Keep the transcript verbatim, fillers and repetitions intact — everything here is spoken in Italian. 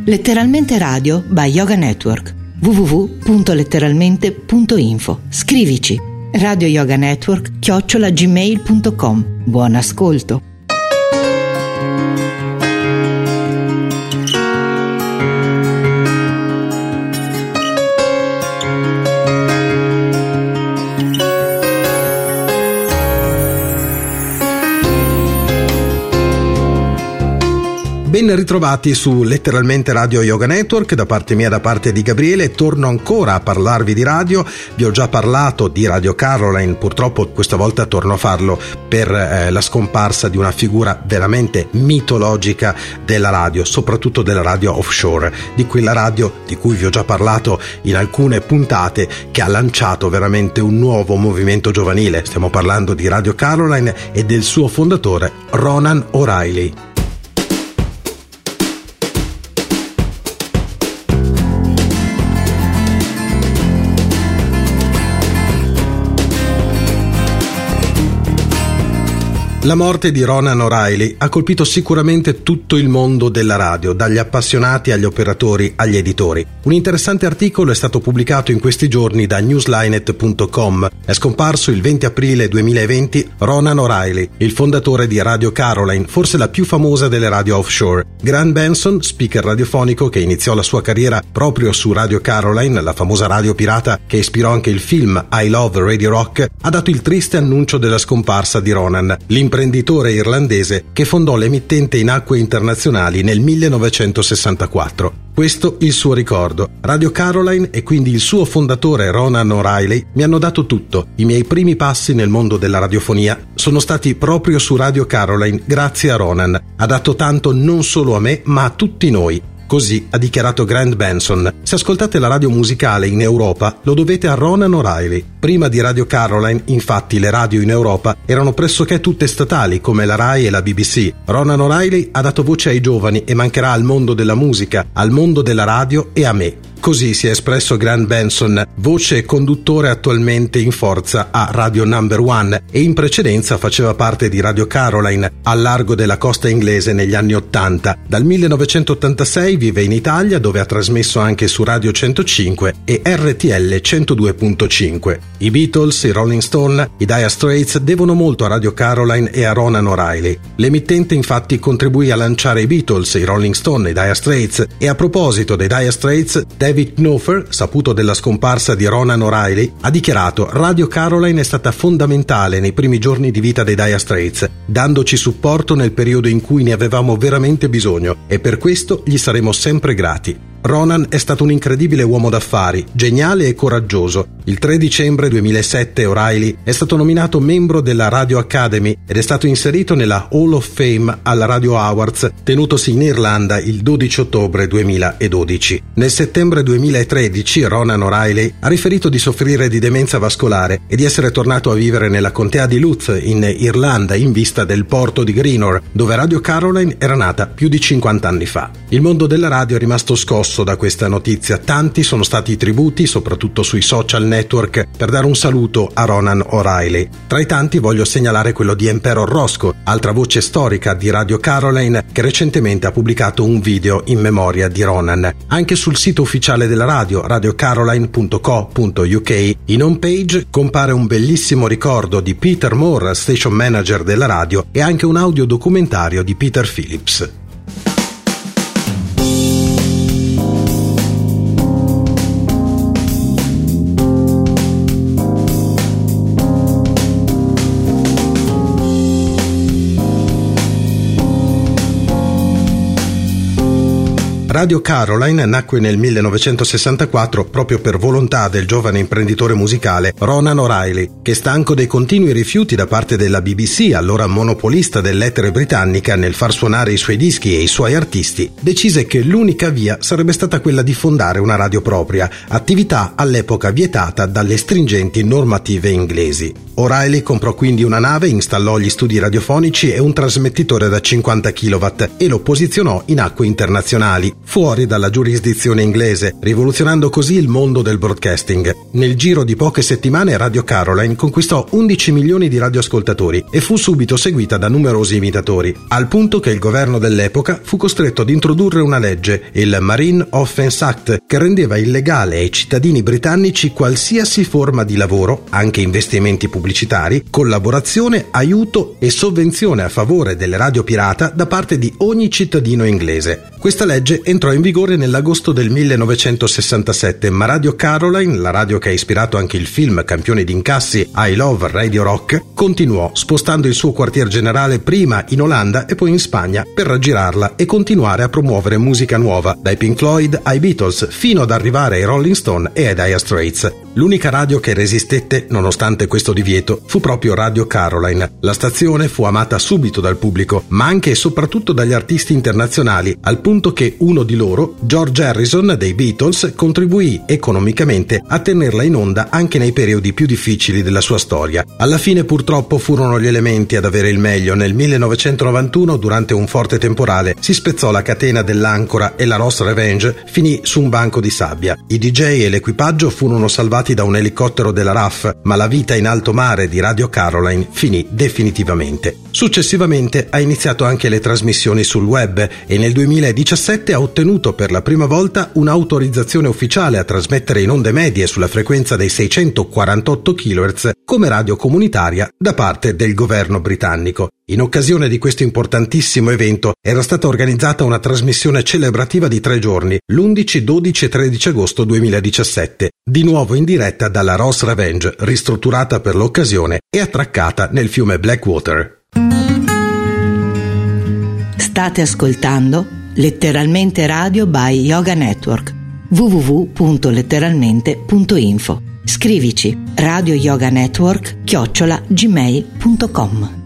Letteralmente Radio by Yoga Network. w w w punto letteralmente punto info. Scrivici Radio Yoga Network chiocciola gmail punto com. Buon ascolto. Ben ritrovati su Letteralmente Radio Yoga Network, da parte mia, da parte di Gabriele. Torno ancora a parlarvi di radio. Vi ho già parlato di Radio Caroline, purtroppo questa volta torno a farlo per eh, la scomparsa di una figura veramente mitologica della radio, soprattutto della radio offshore, di quella radio di cui vi ho già parlato in alcune puntate, che ha lanciato veramente un nuovo movimento giovanile. Stiamo parlando di Radio Caroline e del suo fondatore Ronan O'Reilly. La morte di Ronan O'Reilly ha colpito sicuramente tutto il mondo della radio, dagli appassionati agli operatori agli editori. Un interessante articolo è stato pubblicato in questi giorni da newslinet punto com. È scomparso il venti aprile duemilaventi Ronan O'Reilly, il fondatore di Radio Caroline, forse la più famosa delle radio offshore. Grant Benson, speaker radiofonico che iniziò la sua carriera proprio su Radio Caroline, la famosa radio pirata che ispirò anche il film I Love Radio Rock, ha dato il triste annuncio della scomparsa di Ronan, l'imprenditore irlandese che fondò l'emittente in acque internazionali nel millenovecentosessantaquattro. Questo il suo ricordo. Radio Caroline e quindi il suo fondatore Ronan O'Reilly mi hanno dato tutto. I miei primi passi nel mondo della radiofonia sono stati proprio su Radio Caroline, grazie a Ronan. Ha dato tanto non solo a me, ma a tutti noi. Così ha dichiarato Grant Benson. Se ascoltate la radio musicale in Europa, lo dovete a Ronan O'Reilly. Prima di Radio Caroline, infatti, le radio in Europa erano pressoché tutte statali, come la Rai e la B B C. Ronan O'Reilly ha dato voce ai giovani e mancherà al mondo della musica, al mondo della radio e a me. Così si è espresso Grant Benson, voce e conduttore attualmente in forza a Radio Number One e in precedenza faceva parte di Radio Caroline al largo della costa inglese negli anni ottanta. Dal millenovecentottantasei vive in Italia, dove ha trasmesso anche su Radio centocinque e R T L centodue punto cinque. I Beatles, i Rolling Stone, i Dire Straits devono molto a Radio Caroline e a Ronan O'Reilly. L'emittente infatti contribuì a lanciare i Beatles, i Rolling Stone, i Dire Straits, e a proposito dei Dire Straits, David Knopfler, saputo della scomparsa di Ronan O'Reilly, ha dichiarato: Radio Caroline è stata fondamentale nei primi giorni di vita dei Dire Straits, dandoci supporto nel periodo in cui ne avevamo veramente bisogno, e per questo gli saremo sempre grati. Ronan è stato un incredibile uomo d'affari, geniale e coraggioso. Il tre dicembre duemilasette O'Reilly è stato nominato membro della Radio Academy ed è stato inserito nella Hall of Fame alla Radio Awards, tenutosi in Irlanda il dodici ottobre duemiladodici. Nel settembre duemilatredici Ronan O'Reilly ha riferito di soffrire di demenza vascolare e di essere tornato a vivere nella contea di Louth in Irlanda in vista del porto di Greenore, dove Radio Caroline era nata più di cinquanta anni fa. Il mondo della radio è rimasto scosso da questa notizia. Tanti sono stati i tributi, soprattutto sui social network, per dare un saluto a Ronan O'Reilly. Tra i tanti voglio segnalare quello di Emperor Roscoe, altra voce storica di Radio Caroline, che recentemente ha pubblicato un video in memoria di Ronan. Anche sul sito ufficiale della radio, radio caroline punto co punto u k, in home page compare un bellissimo ricordo di Peter Moore, station manager della radio, e anche un audiodocumentario di Peter Phillips. Radio Caroline nacque nel millenovecentosessantaquattro proprio per volontà del giovane imprenditore musicale Ronan O'Reilly, che, stanco dei continui rifiuti da parte della B B C, allora monopolista dell'etere britannica, nel far suonare i suoi dischi e i suoi artisti, decise che l'unica via sarebbe stata quella di fondare una radio propria, attività all'epoca vietata dalle stringenti normative inglesi. O'Reilly comprò quindi una nave, installò gli studi radiofonici e un trasmettitore da cinquanta chilowatt e lo posizionò in acque internazionali. fuori dalla giurisdizione inglese, rivoluzionando così il mondo del broadcasting. Nel giro di poche settimane Radio Caroline conquistò undici milioni di radioascoltatori e fu subito seguita da numerosi imitatori, al punto che il governo dell'epoca fu costretto ad introdurre una legge, il Marine Offence Act, che rendeva illegale ai cittadini britannici qualsiasi forma di lavoro, anche investimenti pubblicitari, collaborazione, aiuto e sovvenzione a favore delle radio pirata da parte di ogni cittadino inglese. Questa legge entrò in vigore nell'agosto del millenovecentosessantasette, ma Radio Caroline, la radio che ha ispirato anche il film campione di incassi I Love Radio Rock, continuò, spostando il suo quartier generale prima in Olanda e poi in Spagna per raggirarla e continuare a promuovere musica nuova, dai Pink Floyd ai Beatles, fino ad arrivare ai Rolling Stone e ai Dire Straits. L'unica radio che resistette, nonostante questo divieto, fu proprio Radio Caroline. La stazione fu amata subito dal pubblico, ma anche e soprattutto dagli artisti internazionali, al punto che uno di loro, George Harrison dei Beatles, contribuì economicamente a tenerla in onda anche nei periodi più difficili della sua storia. Alla fine purtroppo furono gli elementi ad avere il meglio. Nel millenovecentonovantuno, durante un forte temporale, si spezzò la catena dell'ancora e la Ross Revenge finì su un banco di sabbia. I D J e l'equipaggio furono salvati da un elicottero della R A F, ma la vita in alto mare di Radio Caroline finì definitivamente. Successivamente ha iniziato anche le trasmissioni sul web e nel duemiladiciassette ha ottenuto per la prima volta un'autorizzazione ufficiale a trasmettere in onde medie sulla frequenza dei seicentoquarantotto chilohertz come radio comunitaria da parte del governo britannico. In occasione di questo importantissimo evento era stata organizzata una trasmissione celebrativa di tre giorni, l'undici, dodici e tredici agosto duemiladiciassette, di nuovo in diretta dalla Ross Revenge, ristrutturata per l'occasione e attraccata nel fiume Blackwater. State ascoltando Letteralmente Radio by Yoga Network. w w w punto letteralmente punto info. Scrivici radioyoganetwork chiocciola gmail punto com.